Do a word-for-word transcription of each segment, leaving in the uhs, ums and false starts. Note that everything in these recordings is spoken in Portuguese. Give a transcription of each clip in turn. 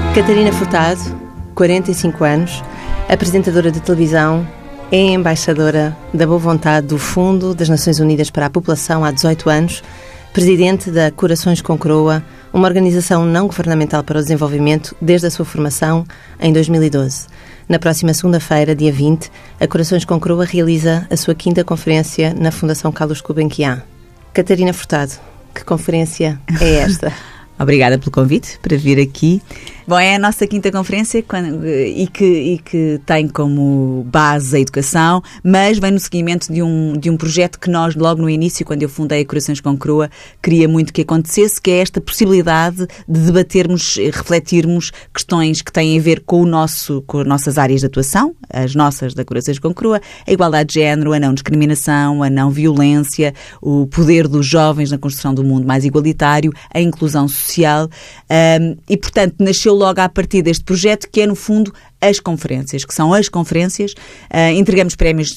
Catarina Furtado, quarenta e cinco anos, apresentadora de televisão, é embaixadora da boa vontade do Fundo das Nações Unidas para a População há dezoito anos, presidente da Corações com Coroa, uma organização não governamental para o desenvolvimento desde a sua formação em dois mil e doze. Na próxima segunda-feira, dia vinte, a Corações com Coroa realiza a sua quinta conferência na Fundação Carlos Gulbenkian. Catarina Furtado, que conferência é esta? Obrigada pelo convite para vir aqui. Bom, é a nossa quinta conferência quando, e, que, e que tem como base a educação, mas vem no seguimento de um, de um projeto que nós, logo no início, quando eu fundei a Corações com Coroa, queria muito que acontecesse, que é esta possibilidade de debatermos, refletirmos questões que têm a ver com, o nosso, com as nossas áreas de atuação, as nossas da Corações com Coroa, a igualdade de género, a não discriminação, a não violência, o poder dos jovens na construção do mundo mais igualitário, a inclusão social, um, e, portanto, nasceu logo a partir deste projeto, que é, no fundo, as conferências, que são as conferências. Uh, entregamos prémios,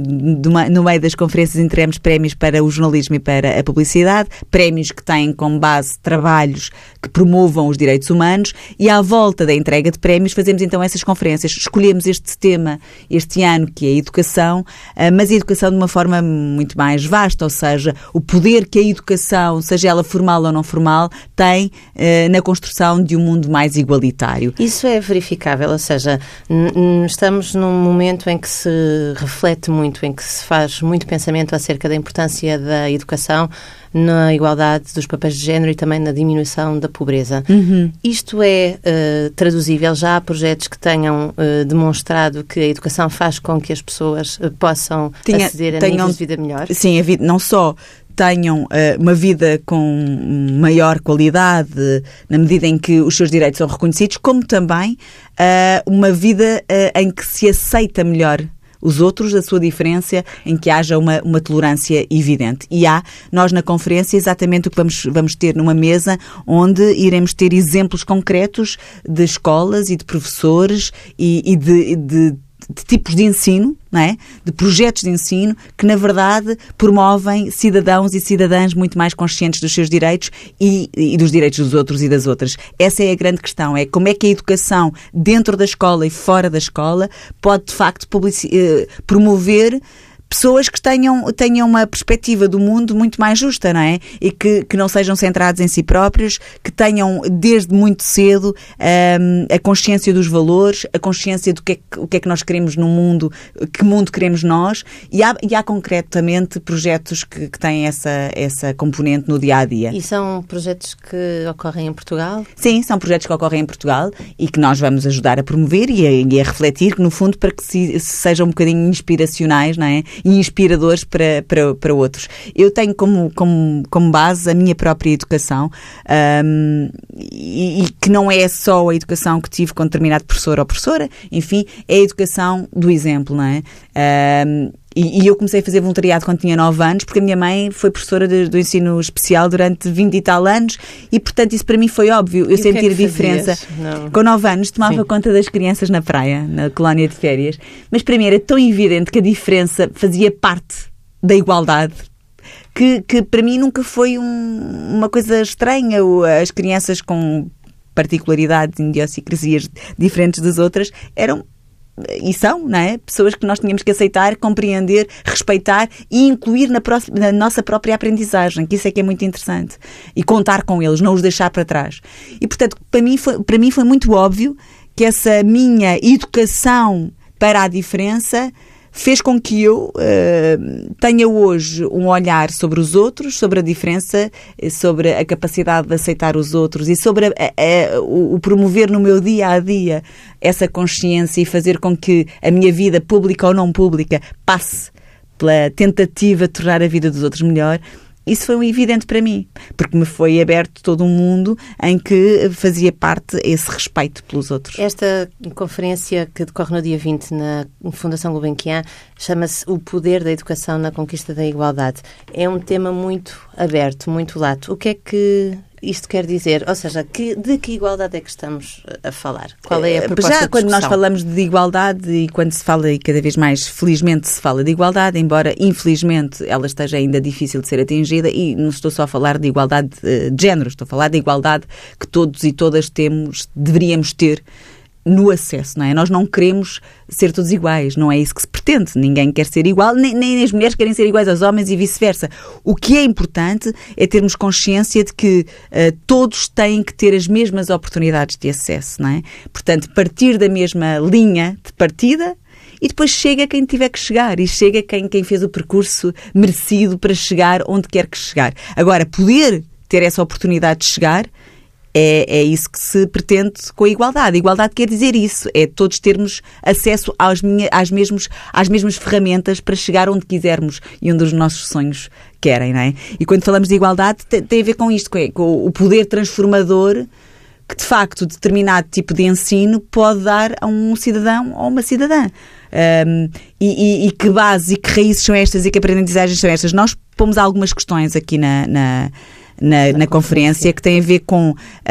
no meio das conferências, entregamos prémios para o jornalismo e para a publicidade, prémios que têm como base trabalhos que promovam os direitos humanos, e à volta da entrega de prémios fazemos então essas conferências. Escolhemos este tema este ano, que é a educação, uh, mas a educação de uma forma muito mais vasta, ou seja, o poder que a educação, seja ela formal ou não formal, tem uh, na construção de um mundo mais igualitário. Isso é verificável, ou seja, estamos num momento em que se reflete muito, em que se faz muito pensamento acerca da importância da educação na igualdade dos papéis de género e também na diminuição da pobreza. Uhum. Isto é uh, traduzível? Já há projetos que tenham uh, demonstrado que a educação faz com que as pessoas uh, possam Tinha, aceder a tenham, níveis de vida melhor? Sim, a vida, não só tenham uh, uma vida com maior qualidade na medida em que os seus direitos são reconhecidos, como também uh, uma vida uh, em que se aceita melhor os outros, a sua diferença, em que haja uma, uma tolerância evidente. E há, nós na conferência, exatamente o que vamos, vamos ter numa mesa onde iremos ter exemplos concretos de escolas e de professores e, e de, de de tipos de ensino, não é? De projetos de ensino que, na verdade, promovem cidadãos e cidadãs muito mais conscientes dos seus direitos e, e dos direitos dos outros e das outras. Essa é a grande questão, é como é que a educação dentro da escola e fora da escola pode, de facto, publici- eh, promover pessoas que tenham, tenham uma perspectiva do mundo muito mais justa, não é? E que, que não sejam centrados em si próprios, que tenham desde muito cedo um, a consciência dos valores, a consciência do que é que, o que é que nós queremos no mundo, que mundo queremos nós, e há, e há concretamente projetos que, que têm essa, essa componente no dia-a-dia. E são projetos que ocorrem em Portugal? Sim, são projetos que ocorrem em Portugal e que nós vamos ajudar a promover e a, e a refletir, no fundo, para que se, se sejam um bocadinho inspiracionais, não é? E inspiradores para, para, para outros. Eu tenho como, como, como base a minha própria educação um, e, e que não é só a educação que tive com determinado professor ou professora, enfim, é a educação do exemplo, não é? Um, E, e eu comecei a fazer voluntariado quando tinha nove anos, porque a minha mãe foi professora de, do ensino especial durante vinte e tal anos e, portanto, isso para mim foi óbvio. Eu sentir a diferença. Com nove anos tomava Sim. conta das crianças na praia, na colónia de férias. Mas para mim era tão evidente que a diferença fazia parte da igualdade que, que para mim nunca foi um, uma coisa estranha. As crianças com particularidades e idiosincrasias diferentes das outras eram e são, não é? Pessoas que nós tínhamos que aceitar, compreender, respeitar e incluir na, pró- na nossa própria aprendizagem, que isso é que é muito interessante. E contar com eles, não os deixar para trás. E, portanto, para mim foi, para mim foi muito óbvio que essa minha educação para a diferença fez com que eu uh, tenha hoje um olhar sobre os outros, sobre a diferença, sobre a capacidade de aceitar os outros e sobre a, a, a, o, o promover no meu dia-a-dia essa consciência e fazer com que a minha vida, pública ou não pública, passe pela tentativa de tornar a vida dos outros melhor. Isso foi um evidente para mim, porque me foi aberto todo um mundo em que fazia parte esse respeito pelos outros. Esta conferência que decorre no dia vinte na Fundação Gulbenkian chama-se O Poder da Educação na Conquista da Igualdade. É um tema muito aberto, muito lato. O que é que isto quer dizer? Ou seja, que, de que igualdade é que estamos a falar? Qual é a proposta Já de quando discussão? nós falamos de igualdade e quando se fala, e cada vez mais felizmente se fala de igualdade, embora infelizmente ela esteja ainda difícil de ser atingida, e não estou só a falar de igualdade de género, estou a falar de igualdade que todos e todas temos, deveríamos ter no acesso, não é? Nós não queremos ser todos iguais, não é isso que se pretende. Ninguém quer ser igual, nem, nem as mulheres querem ser iguais aos homens e vice-versa. O que é importante é termos consciência de que uh, todos têm que ter as mesmas oportunidades de acesso, não é? Portanto, partir da mesma linha de partida e depois chega quem tiver que chegar e chega quem, quem fez o percurso merecido para chegar onde quer que chegar. Agora, poder ter essa oportunidade de chegar É, é isso que se pretende com a igualdade. A igualdade quer dizer isso, é todos termos acesso aos minha, às, mesmos, às mesmas ferramentas para chegar onde quisermos e onde os nossos sonhos querem, não é? E quando falamos de igualdade tem, tem a ver com isto, com, com o poder transformador que de facto determinado tipo de ensino pode dar a um cidadão ou uma cidadã. Um, e, e, e que bases e que raízes são estas e que aprendizagens são estas? Nós pomos algumas questões aqui na... na Na, na conferência, que tem a ver com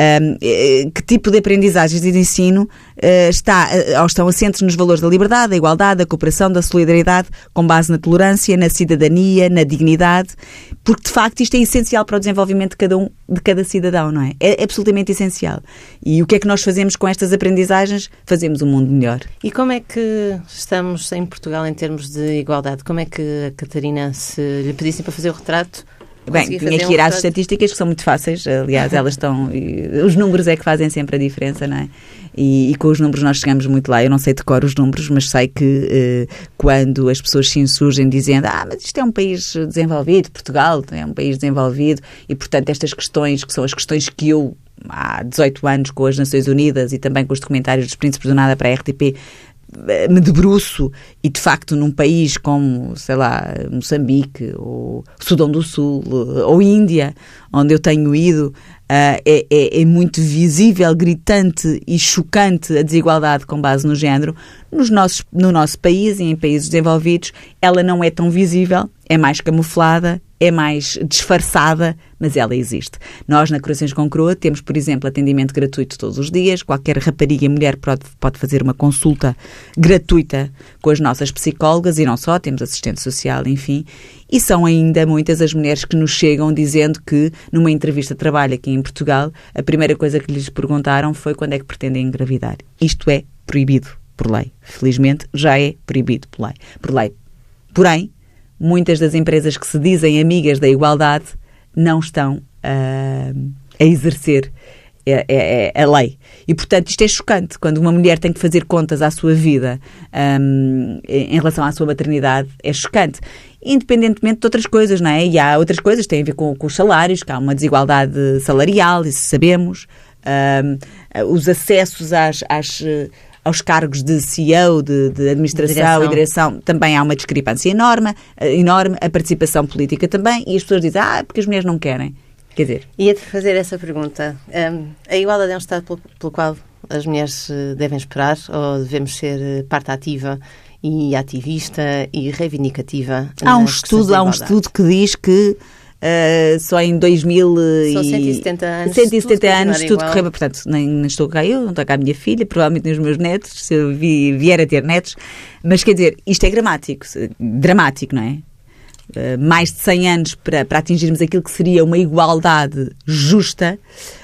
um, que tipo de aprendizagens e de ensino uh, está, uh, estão assentes nos valores da liberdade, da igualdade, da cooperação, da solidariedade, com base na tolerância, na cidadania, na dignidade, porque de facto isto é essencial para o desenvolvimento de cada um, de cada cidadão, não é? É absolutamente essencial. E o que é que nós fazemos com estas aprendizagens? Fazemos um mundo melhor. E como é que estamos em Portugal em termos de igualdade? Como é que a Catarina, se lhe pedissem para fazer o retrato... Bem, tinha que ir às estatísticas, que são muito fáceis, aliás, elas estão... Os números é que fazem sempre a diferença, não é? E, e com os números nós chegamos muito lá. Eu não sei de cor os números, mas sei que eh, quando as pessoas se insurgem dizendo ah, mas isto é um país desenvolvido, Portugal é um país desenvolvido, e portanto estas questões, que são as questões que eu, há dezoito anos, com as Nações Unidas e também com os documentários dos Príncipes do Nada para a R T P, me debruço, e de facto num país como, sei lá, Moçambique ou Sudão do Sul ou Índia, onde eu tenho ido, uh, é, é, é muito visível, gritante e chocante a desigualdade com base no género. Nos nossos, no nosso país e em países desenvolvidos ela não é tão visível, é mais camuflada, é mais disfarçada, mas ela existe. Nós, na Corações com Coroa, temos, por exemplo, atendimento gratuito todos os dias. Qualquer rapariga e mulher pode, pode fazer uma consulta gratuita com as nossas psicólogas, e não só, temos assistente social, enfim. E são ainda muitas as mulheres que nos chegam dizendo que, numa entrevista de trabalho aqui em Portugal, a primeira coisa que lhes perguntaram foi quando é que pretendem engravidar. Isto é proibido por lei. Felizmente, já é proibido por lei. Por lei. Porém, muitas das empresas que se dizem amigas da igualdade não estão uh, a exercer a, a, a lei. E, portanto, isto é chocante. Quando uma mulher tem que fazer contas à sua vida um, em relação à sua maternidade, é chocante. Independentemente de outras coisas, não é? E há outras coisas que têm a ver com, com os salários, que há uma desigualdade salarial, isso sabemos. Um, os acessos às... às aos cargos de C E O, de, de administração direção. e direção, também há uma discrepância enorme, enorme, a participação política também, e as pessoas dizem, ah, porque as mulheres não querem. Quer dizer... Ia-te fazer essa pergunta. Um, a igualdade é um estado pelo, pelo qual as mulheres devem esperar, ou devemos ser parte ativa e ativista e reivindicativa? Há um estudo, há um estudo que diz que Uh, só em dois mil e... Só cento e setenta anos. cento e setenta anos, tudo correu. Portanto, nem, nem estou cá eu, não estou cá a minha filha, provavelmente nem os meus netos, se eu vi, vier a ter netos. Mas, quer dizer, isto é dramático. Dramático, não é? Uh, mais de cem anos para, para atingirmos aquilo que seria uma igualdade justa.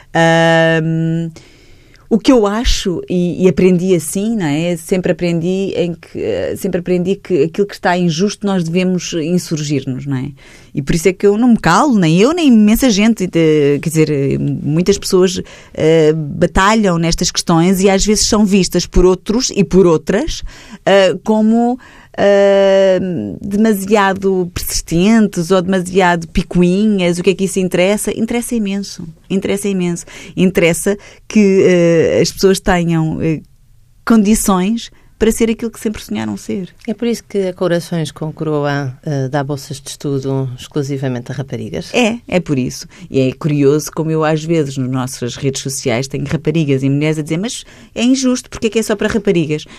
Uh, O que eu acho, e, e aprendi assim, não é? Sempre aprendi, em que, sempre aprendi que aquilo que está injusto nós devemos insurgir-nos, não é? E por isso é que eu não me calo, nem eu, nem imensa gente. De, quer dizer, muitas pessoas uh, batalham nestas questões e às vezes são vistas por outros e por outras uh, como... Uh, demasiado persistentes ou demasiado picuinhas. O que é que isso interessa? Interessa imenso. Interessa imenso. Interessa que uh, as pessoas tenham uh, condições para ser aquilo que sempre sonharam ser. É por isso que a Corações com Coroa uh, dá bolsas de estudo exclusivamente a raparigas? É, é por isso. E é curioso como eu às vezes nas nossas redes sociais tenho raparigas e mulheres a dizer, mas é injusto, porque é que é só para raparigas?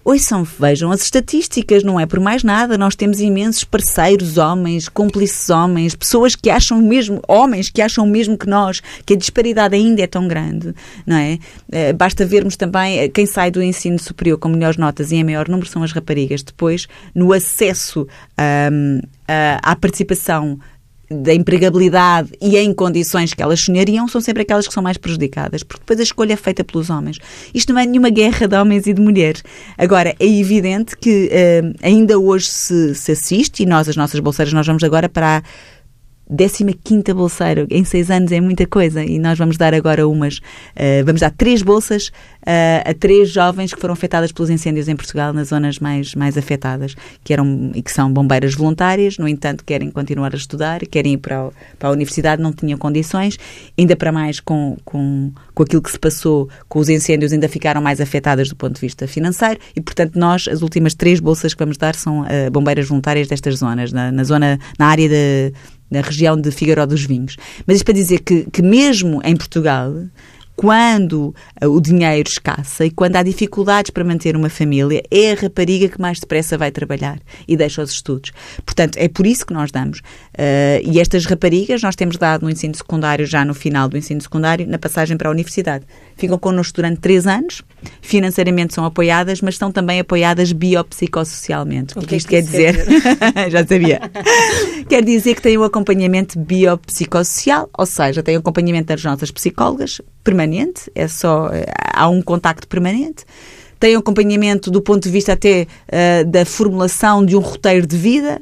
Ouçam, vejam as estatísticas, não é por mais nada. Nós temos imensos parceiros, homens, cúmplices homens, pessoas que acham mesmo, homens que acham mesmo que nós, que a disparidade ainda é tão grande, não é? Uh, basta vermos também quem sai do ensino superior com melhores notas e em maior número são as raparigas. Depois, no acesso um, a, à participação da empregabilidade e em condições que elas sonhariam, são sempre aquelas que são mais prejudicadas, porque depois a escolha é feita pelos homens. Isto não é nenhuma guerra de homens e de mulheres. Agora, é evidente que uh, ainda hoje se, se assiste, e nós, as nossas bolseiras, nós vamos agora para a décima quinta bolseira. Em seis anos é muita coisa, e nós vamos dar agora umas, uh, vamos dar três bolsas uh, a três jovens que foram afetadas pelos incêndios em Portugal, nas zonas mais, mais afetadas, que eram e que são bombeiras voluntárias, no entanto querem continuar a estudar, querem ir para, o, para a universidade, não tinham condições, ainda para mais com, com, com aquilo que se passou com os incêndios, ainda ficaram mais afetadas do ponto de vista financeiro, e portanto nós, as últimas três bolsas que vamos dar são uh, bombeiras voluntárias destas zonas, na, na zona, na área de na região de Figueiró dos Vinhos. Mas isto para dizer que, que mesmo em Portugal, quando uh, o dinheiro escassa e quando há dificuldades para manter uma família, é a rapariga que mais depressa vai trabalhar e deixa os estudos. Portanto, é por isso que nós damos. Uh, e estas raparigas nós temos dado no ensino secundário, já no final do ensino secundário, na passagem para a universidade. Ficam connosco durante três anos, financeiramente são apoiadas, mas são também apoiadas biopsicossocialmente. O que, que isto quer dizer? Quer Já sabia. Quer dizer que têm um acompanhamento biopsicossocial, ou seja, têm um acompanhamento das nossas psicólogas, permanente, é só, há um contacto permanente. Tem um acompanhamento do ponto de vista até uh, da formulação de um roteiro de vida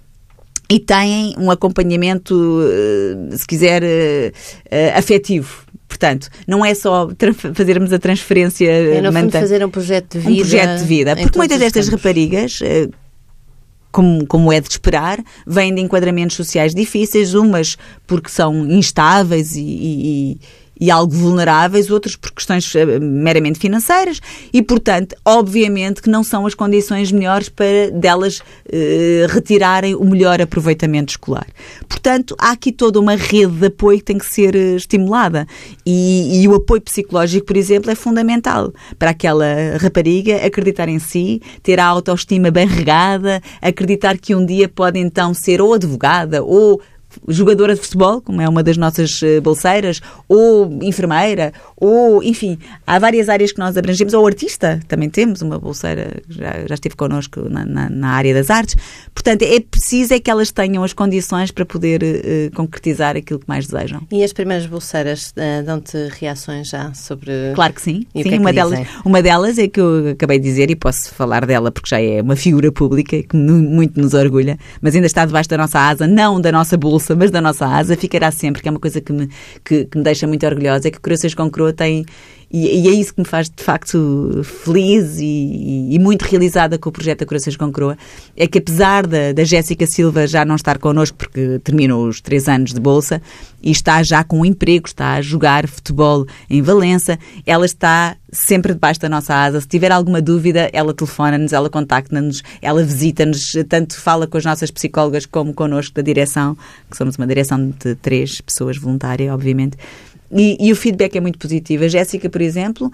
e têm um acompanhamento, uh, se quiser, uh, uh, afetivo. Portanto, não é só fazermos a transferência... É, no fundo, fazer um projeto de vida. Um projeto de vida. Porque muitas destas campos. raparigas... Uh, Como, como é de esperar, vêm de enquadramentos sociais difíceis, umas porque são instáveis e, e, e algo vulneráveis, outros por questões meramente financeiras e, portanto, obviamente que não são as condições melhores para delas eh, retirarem o melhor aproveitamento escolar. Portanto, há aqui toda uma rede de apoio que tem que ser eh, estimulada e, e o apoio psicológico, por exemplo, é fundamental para aquela rapariga acreditar em si, ter a autoestima bem regada, acreditar que um dia pode então ser ou advogada ou jogadora de futebol, como é uma das nossas bolseiras, ou enfermeira, ou, enfim, há várias áreas que nós abrangemos, ou artista, também temos uma bolseira que já, já esteve connosco na, na, na área das artes. Portanto, é preciso é que elas tenham as condições para poder uh, concretizar aquilo que mais desejam. E as primeiras bolseiras uh, dão-te reações já sobre... Claro que sim. E sim, que é uma, que delas, uma delas é que eu acabei de dizer, e posso falar dela porque já é uma figura pública que muito nos orgulha, mas ainda está debaixo da nossa asa, não da nossa bolsa, mas da nossa asa, ficará sempre, que é uma coisa que me, que, que me deixa muito orgulhosa, é que Corações com Coroa tem, e, e é isso que me faz de facto feliz e, e, e muito realizada com o projeto da Corações com Coroa, é que apesar da, da Jéssica Silva já não estar connosco porque terminou os três anos de bolsa e está já com um emprego, está a jogar futebol em Valença, ela está sempre debaixo da nossa asa. Se tiver alguma dúvida, ela telefona-nos, ela contacta-nos, ela visita-nos, tanto fala com as nossas psicólogas como connosco da direção, que somos uma direção de três pessoas voluntárias, obviamente. E, e o feedback é muito positivo. A Jéssica, por exemplo,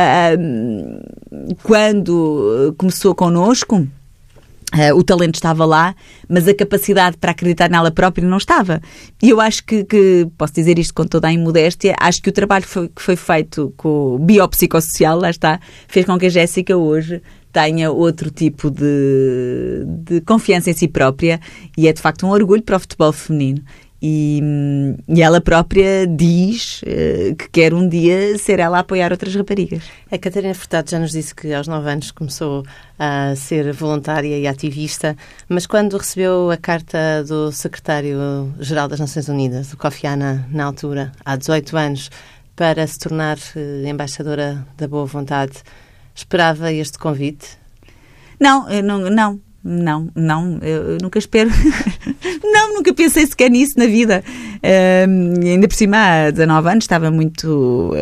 uh, quando começou connosco, Uh, o talento estava lá, mas a capacidade para acreditar nela própria não estava. E eu acho que, que posso dizer isto com toda a imodéstia, acho que o trabalho foi, que foi feito com o biopsicossocial, lá está, fez com que a Jéssica hoje tenha outro tipo de, de confiança em si própria e é de facto um orgulho para o futebol feminino. E, e ela própria diz uh, que quer um dia ser ela a apoiar outras raparigas. A Catarina Furtado já nos disse que aos nove anos começou a ser voluntária e ativista, mas quando recebeu a carta do secretário-geral das Nações Unidas, o Kofi Annan, na altura, há dezoito anos, para se tornar uh, embaixadora da boa vontade, esperava este convite? Não, não, não. Não, não, eu nunca espero. Não, nunca pensei sequer nisso na vida. Uh, ainda por cima, há dezanove anos, estava muito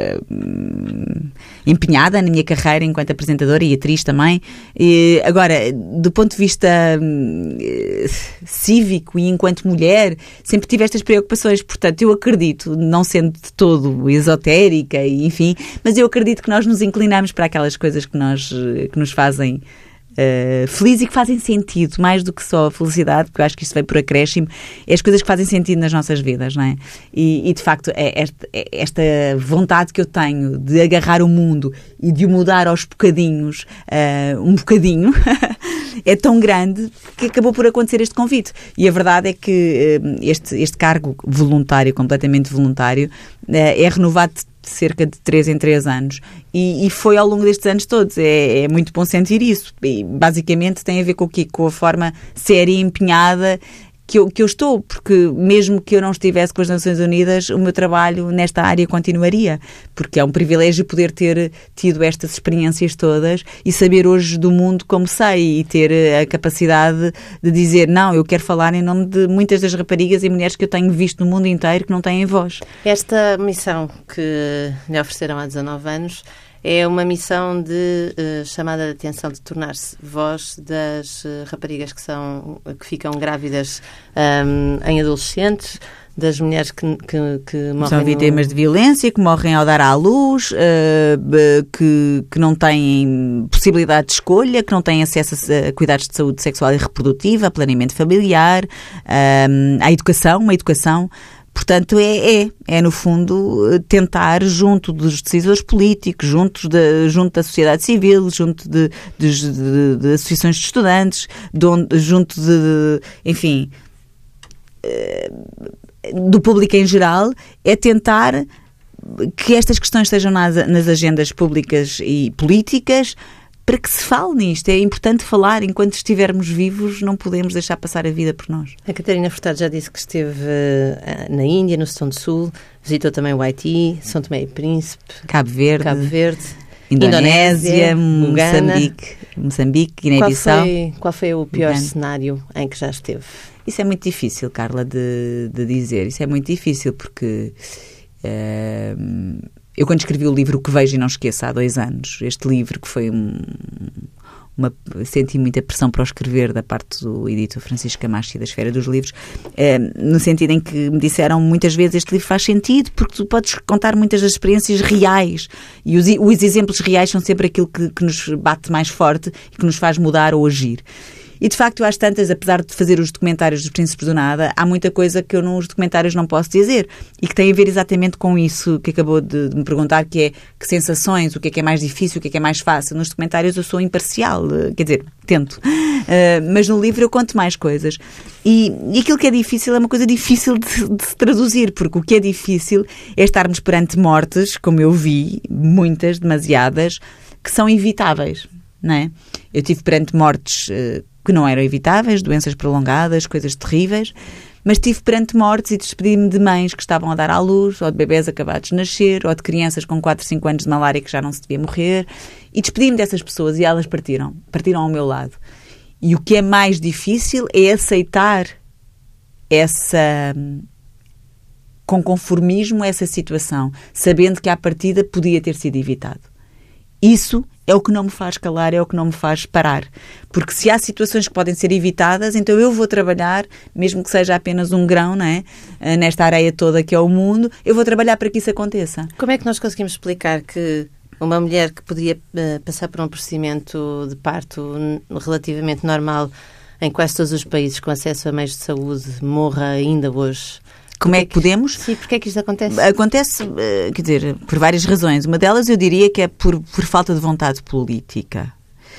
uh, empenhada na minha carreira enquanto apresentadora e atriz também. E, agora, do ponto de vista uh, cívico e enquanto mulher, sempre tive estas preocupações. Portanto, eu acredito, não sendo de todo esotérica, e, enfim, mas eu acredito que nós nos inclinamos para aquelas coisas que, nós, que nos fazem Uh, feliz e que fazem sentido, mais do que só a felicidade, porque eu acho que isto vem por acréscimo, é as coisas que fazem sentido nas nossas vidas, não é? E, e de facto, é esta, é esta vontade que eu tenho de agarrar o mundo e de o mudar aos bocadinhos, uh, um bocadinho, é tão grande que acabou por acontecer este convite. E a verdade é que uh, este, este cargo voluntário, completamente voluntário, uh, é renovado cerca de três em três anos. E, e foi ao longo destes anos todos. É, é muito bom sentir isso. E, basicamente tem a ver com o quê? Com a forma séria e empenhada que eu, que eu estou, porque mesmo que eu não estivesse com as Nações Unidas, o meu trabalho nesta área continuaria, porque é um privilégio poder ter tido estas experiências todas e saber hoje do mundo como sei e ter a capacidade de dizer, não, eu quero falar em nome de muitas das raparigas e mulheres que eu tenho visto no mundo inteiro que não têm voz. Esta missão que lhe ofereceram há dezanove anos é uma missão de uh, chamada de atenção, de tornar-se voz das uh, raparigas que, são, que ficam grávidas um, em adolescentes, das mulheres que, que, que morrem... São vítimas no... de violência, que morrem ao dar à luz, uh, que, que não têm possibilidade de escolha, que não têm acesso a cuidados de saúde sexual e reprodutiva, a planeamento familiar, uh, à educação, uma educação... Portanto, é, é, é, no fundo, tentar, junto dos decisores políticos, junto, de, junto da sociedade civil, junto de, de, de, de associações de estudantes, de, junto de, enfim, do público em geral, é tentar que estas questões estejam nas, nas agendas públicas e políticas, para que se fale nisto. É importante falar. Enquanto estivermos vivos, não podemos deixar passar a vida por nós. A Catarina Furtado já disse que esteve uh, na Índia, no Sudão do Sul, visitou também o Haiti, São Tomé e Príncipe, Cabo Verde, Cabo Verde Indonésia, Indonésia Moçambique, Moçambique, Guiné-Bissau. Qual, qual foi o pior Uganda. cenário em que já esteve? Isso é muito difícil, Carla, de, de dizer. Isso é muito difícil porque... Uh, Eu, quando escrevi o livro O Que Vejo e Não Esqueço, há dois anos, este livro que foi um, uma... senti muita pressão para o escrever da parte do editor Francisco Camacho e da Esfera dos Livros, eh, no sentido em que me disseram muitas vezes este livro faz sentido porque tu podes contar muitas das experiências reais e os, os exemplos reais são sempre aquilo que, que nos bate mais forte e que nos faz mudar ou agir. E, de facto, eu às tantas, apesar de fazer os documentários dos Príncipes do Nada, há muita coisa que eu nos documentários não posso dizer e que tem a ver exatamente com isso que acabou de, de me perguntar, que é que sensações, o que é que é mais difícil, o que é que é mais fácil. Nos documentários eu sou imparcial, quer dizer, tento. Uh, mas no livro eu conto mais coisas. E, e aquilo que é difícil é uma coisa difícil de, de se traduzir, porque o que é difícil é estarmos perante mortes, como eu vi, muitas, demasiadas, que são evitáveis, não é? Eu tive perante mortes... Uh, que não eram evitáveis, doenças prolongadas, coisas terríveis, mas tive perante mortes e despedi-me de mães que estavam a dar à luz, ou de bebés acabados de nascer, ou de crianças com quatro, cinco anos de malária que já não se devia morrer, e despedi-me dessas pessoas e elas partiram, partiram ao meu lado. E o que é mais difícil é aceitar essa, com conformismo, essa situação, sabendo que à partida podia ter sido evitado. Isso é o que não me faz calar, é o que não me faz parar. Porque se há situações que podem ser evitadas, então eu vou trabalhar, mesmo que seja apenas um grão, não é? Nesta areia toda que é o mundo, eu vou trabalhar para que isso aconteça. Como é que nós conseguimos explicar que uma mulher que podia uh, passar por um procedimento de parto relativamente normal em quase todos os países com acesso a meios de saúde morra ainda hoje? Como é que podemos? Sim, porque é que isto acontece? Acontece, quer dizer, por várias razões. Uma delas eu diria que é por, por falta de vontade política.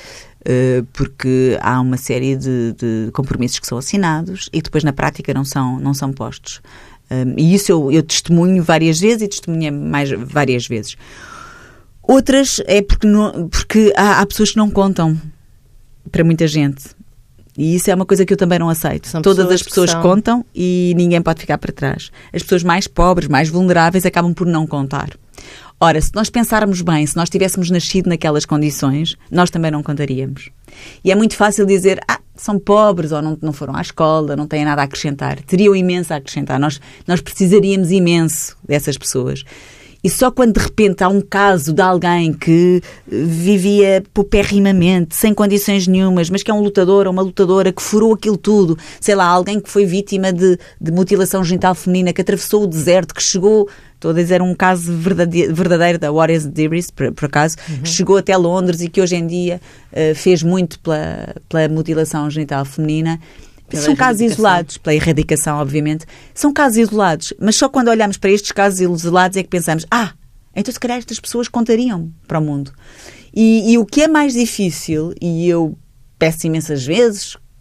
Porque há uma série de, de compromissos que são assinados e depois na prática não são, não são postos. E isso eu, eu testemunho várias vezes e testemunhei mais várias vezes. Outras é porque, não, porque há, há pessoas que não contam para muita gente. E isso é uma coisa que eu também não aceito. São Todas as pessoas são... contam e ninguém pode ficar para trás. As pessoas mais pobres, mais vulneráveis, acabam por não contar. Ora, se nós pensarmos bem, se nós tivéssemos nascido naquelas condições, nós também não contaríamos. E é muito fácil dizer, ah, são pobres, ou não, não foram à escola, não têm nada a acrescentar. Teriam imenso a acrescentar. Nós, nós precisaríamos imenso dessas pessoas. E só quando de repente há um caso de alguém que vivia paupérrimamente, sem condições nenhumas, mas que é um lutador ou uma lutadora que furou aquilo tudo, sei lá, alguém que foi vítima de, de mutilação genital feminina, que atravessou o deserto, que chegou, estou a dizer um caso verdadeiro, verdadeiro da Warriors Debris, por, por acaso, uhum. que chegou até Londres e que hoje em dia uh, fez muito pela, pela mutilação genital feminina. Pela são casos isolados, pela erradicação, obviamente. São casos isolados, mas só quando olhamos para estes casos isolados é que pensamos, ah, então se calhar estas pessoas contariam para o mundo. E, e o que é mais difícil, e eu peço imensas vezes uh,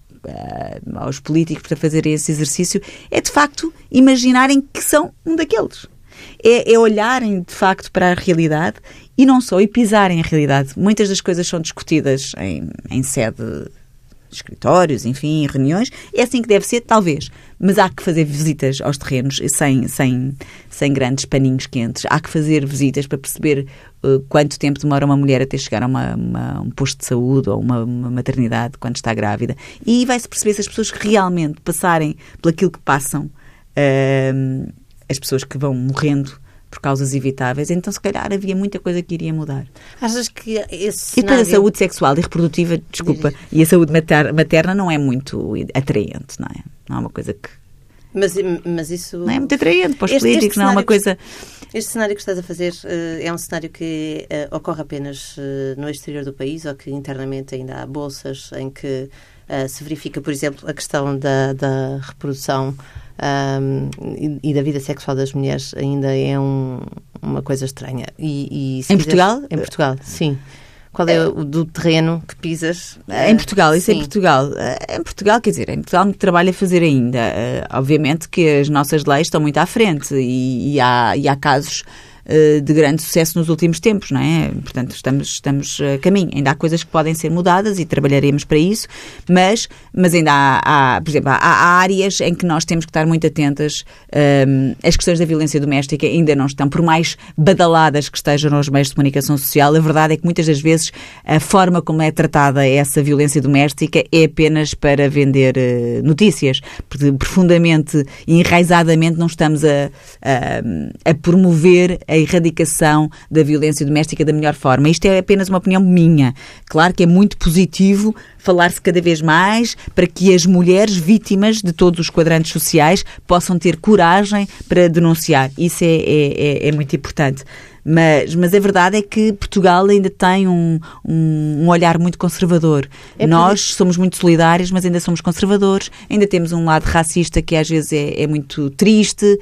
aos políticos para fazerem esse exercício, é de facto imaginarem que são um daqueles. É, é olharem de facto para a realidade e não só, e pisarem a realidade. Muitas das coisas são discutidas em, em sede escritórios, enfim, reuniões, é assim que deve ser, talvez, mas há que fazer visitas aos terrenos sem, sem, sem grandes paninhos quentes, há que fazer visitas para perceber uh, quanto tempo demora uma mulher até chegar a uma, uma, um posto de saúde ou uma, uma maternidade quando está grávida, e vai-se perceber se as pessoas que realmente passarem por aquilo que passam, uh, as pessoas que vão morrendo por causas evitáveis, então se calhar havia muita coisa que iria mudar. Achas que esse cenário... E depois a saúde sexual e reprodutiva, desculpa, e a saúde materna não é muito atraente, não é? Não é uma coisa que... Mas, mas isso... Não é muito atraente para os este, políticos, este não é uma coisa... Este cenário que estás a fazer uh, é um cenário que uh, ocorre apenas uh, no exterior do país, ou que internamente ainda há bolsas em que uh, se verifica, por exemplo, a questão da, da reprodução Um, e, e da vida sexual das mulheres ainda é um, uma coisa estranha. E, e, em quiseres, Portugal? Em Portugal, sim. Qual é o do terreno que pisas? Em Portugal, isso sim. é em Portugal. Em Portugal, quer dizer, em Portugal há muito trabalho a fazer ainda. Obviamente que as nossas leis estão muito à frente e, e, há, e há casos de grande sucesso nos últimos tempos, não é? Portanto, estamos, estamos a caminho. Ainda há coisas que podem ser mudadas e trabalharemos para isso, mas, mas ainda há, há, por exemplo, há, há áreas em que nós temos que estar muito atentas. Um, as questões da violência doméstica ainda não estão, por mais badaladas que estejam nos meios de comunicação social, a verdade é que muitas das vezes a forma como é tratada essa violência doméstica é apenas para vender uh, notícias, porque profundamente e enraizadamente não estamos a, a, a promover a erradicação da violência doméstica da melhor forma. Isto é apenas uma opinião minha. Claro que é muito positivo falar-se cada vez mais para que as mulheres vítimas de todos os quadrantes sociais possam ter coragem para denunciar. Isso é, é, é muito importante. Mas, mas a verdade é que Portugal ainda tem um, um, um olhar muito conservador. É Nós por... somos muito solidários, mas ainda somos conservadores. Ainda temos um lado racista que às vezes é, é muito triste.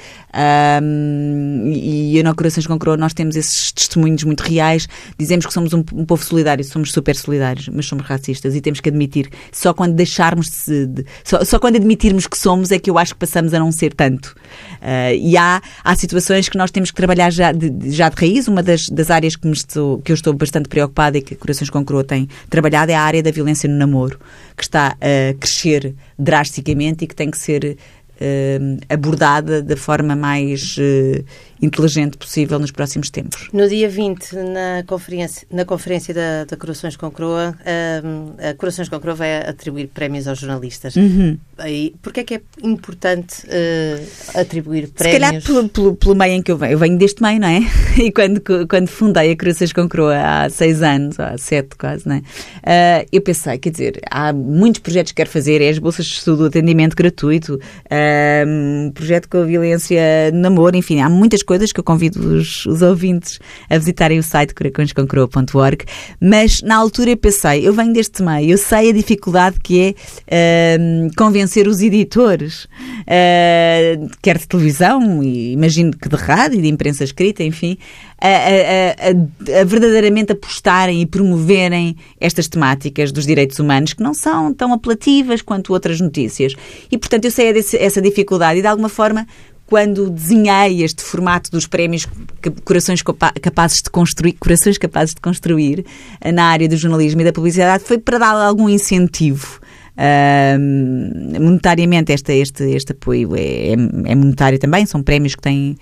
Um, e no Corações com Coroa nós temos esses testemunhos muito reais. Dizemos que somos um, um povo solidário, somos super solidários, mas somos racistas e temos que admitir. Só quando deixarmos de, de, só, só quando admitirmos que somos é que eu acho que passamos a não ser tanto. Uh, e há, há situações que nós temos que trabalhar já de, já de raiz. Uma das, das áreas que, me estou, que eu estou bastante preocupada e que Corações com Coroa tem trabalhado é a área da violência no namoro, que está a crescer drasticamente e que tem que ser uh, abordada da forma mais uh, inteligente possível nos próximos tempos. No dia vinte, na conferência, na conferência da, da Corações com Coroa, um, a Corações com Coroa vai atribuir prémios aos jornalistas. Uhum. E porquê é que é importante uh, atribuir prémios? Se calhar pelo, pelo, pelo meio em que eu venho. Eu venho deste meio, não é? E quando, quando fundei a Corações com Coroa há seis anos, há sete quase, não é? Uh, eu pensei, quer dizer, há muitos projetos que quero fazer, é as bolsas de estudo, atendimento gratuito, uh, um projeto com a violência no namoro, enfim, há muitas coisas que eu convido os, os ouvintes a visitarem o site coracões com coroa ponto org, mas na altura eu pensei, eu venho deste meio, eu sei a dificuldade que é uh, convencer os editores, uh, quer de televisão, e imagino que de rádio e de imprensa escrita, enfim, a, a, a, a verdadeiramente apostarem e promoverem estas temáticas dos direitos humanos que não são tão apelativas quanto outras notícias. E, portanto, eu sei desse, essa dificuldade e, de alguma forma, quando desenhei este formato dos prémios Corações Capazes de Construir, Corações Capazes de Construir na área do jornalismo e da publicidade, foi para dar algum incentivo Uh, monetariamente este, este, este apoio é, é monetário também, são prémios que têm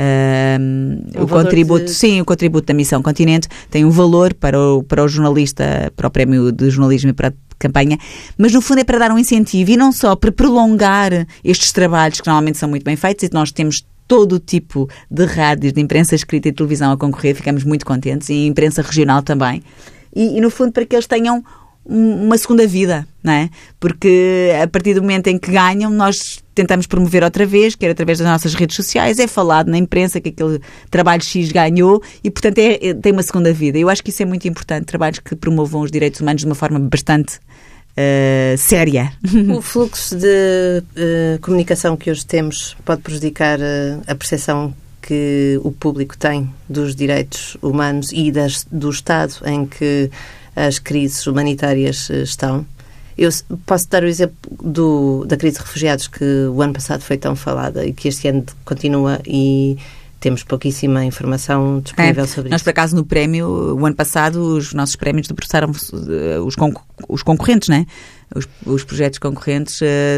uh, um o contributo, de... sim, o contributo da Missão Continente tem um valor para o, para o jornalista, para o prémio de jornalismo e para a campanha, mas no fundo é para dar um incentivo e não só para prolongar estes trabalhos que normalmente são muito bem feitos, e nós temos todo o tipo de rádios, de imprensa escrita e televisão a concorrer, ficamos muito contentes, e imprensa regional também, e, e no fundo para que eles tenham um, uma segunda vida, não é? Porque a partir do momento em que ganham, nós tentamos promover outra vez, quer através das nossas redes sociais, é falado na imprensa que aquele trabalho X ganhou e, portanto, é, é, tem uma segunda vida. Eu acho que isso é muito importante, trabalhos que promovam os direitos humanos de uma forma bastante Uh, séria. O fluxo de uh, comunicação que hoje temos pode prejudicar uh, a percepção que o público tem dos direitos humanos e das, do estado em que as crises humanitárias uh, estão. Eu posso dar o exemplo do, da crise de refugiados, que o ano passado foi tão falada e que este ano continua, e temos pouquíssima informação disponível é, sobre nós, isso. Por acaso, no prémio, o ano passado, os nossos prémios debruçaram os, concor- os concorrentes, né? Os, os projetos concorrentes,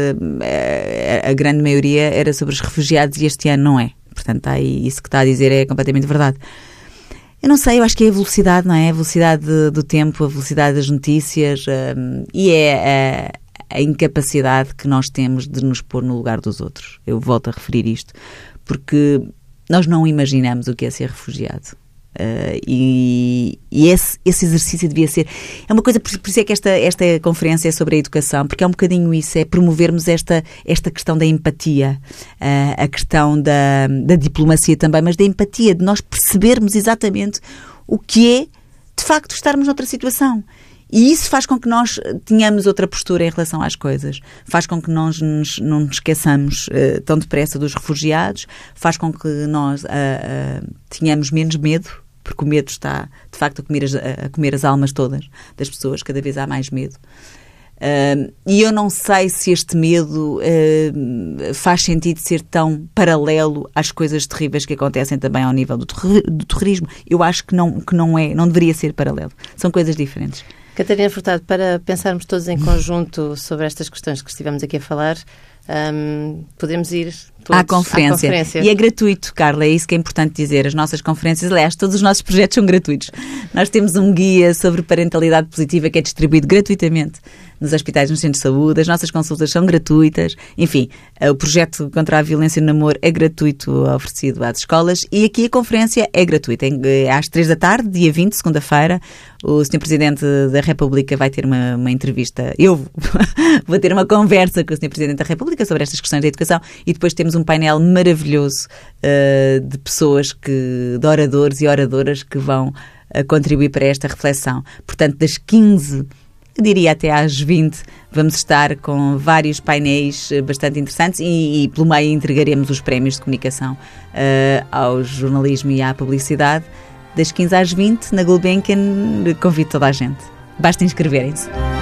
a, a grande maioria era sobre os refugiados e este ano não é. Portanto, aí, isso que está a dizer é completamente verdade. Eu não sei, eu acho que é a velocidade, não é? A velocidade do tempo, a velocidade das notícias um, e é a, a incapacidade que nós temos de nos pôr no lugar dos outros. Eu volto a referir isto, porque nós não imaginamos o que é ser refugiado. Uh, e e esse, esse exercício devia ser... É uma coisa, por, por isso é que esta, esta conferência é sobre a educação, porque é um bocadinho isso, é promovermos esta, esta questão da empatia, uh, a questão da, da diplomacia também, mas da empatia, de nós percebermos exatamente o que é, de facto, estarmos noutra situação. E isso faz com que nós tenhamos outra postura em relação às coisas. Faz com que nós nos, não nos esqueçamos uh, tão depressa dos refugiados, faz com que nós uh, uh, tenhamos menos medo, porque o medo está, de facto, a comer as, a comer as almas todas das pessoas, cada vez há mais medo. Uh, e eu não sei se este medo uh, faz sentido ser tão paralelo às coisas terríveis que acontecem também ao nível do, terri- do terrorismo. Eu acho que não, que não é, não deveria ser paralelo. São coisas diferentes. Catarina Furtado, para pensarmos todos em conjunto sobre estas questões que estivemos aqui a falar, um, podemos ir todos à conferência. à conferência. E é gratuito, Carla, é isso que é importante dizer. As nossas conferências, aliás, todos os nossos projetos são gratuitos. Nós temos um guia sobre parentalidade positiva que é distribuído gratuitamente nos hospitais, nos centros de saúde, as nossas consultas são gratuitas, enfim, o projeto contra a violência no namoro é gratuito, oferecido às escolas, e aqui a conferência é gratuita. Às três da tarde, dia vinte, segunda-feira, o senhor Presidente da República vai ter uma, uma entrevista, eu vou ter uma conversa com o senhor Presidente da República sobre estas questões da educação, e depois temos um painel maravilhoso uh, de pessoas, que, de oradores e oradoras que vão uh, contribuir para esta reflexão. Portanto, das quinze, eu diria até às vinte, vamos estar com vários painéis bastante interessantes e, e pelo meio entregaremos os prémios de comunicação uh, ao jornalismo e à publicidade. Das quinze às vinte, na Gulbenkian, convido toda a gente. Basta inscreverem-se.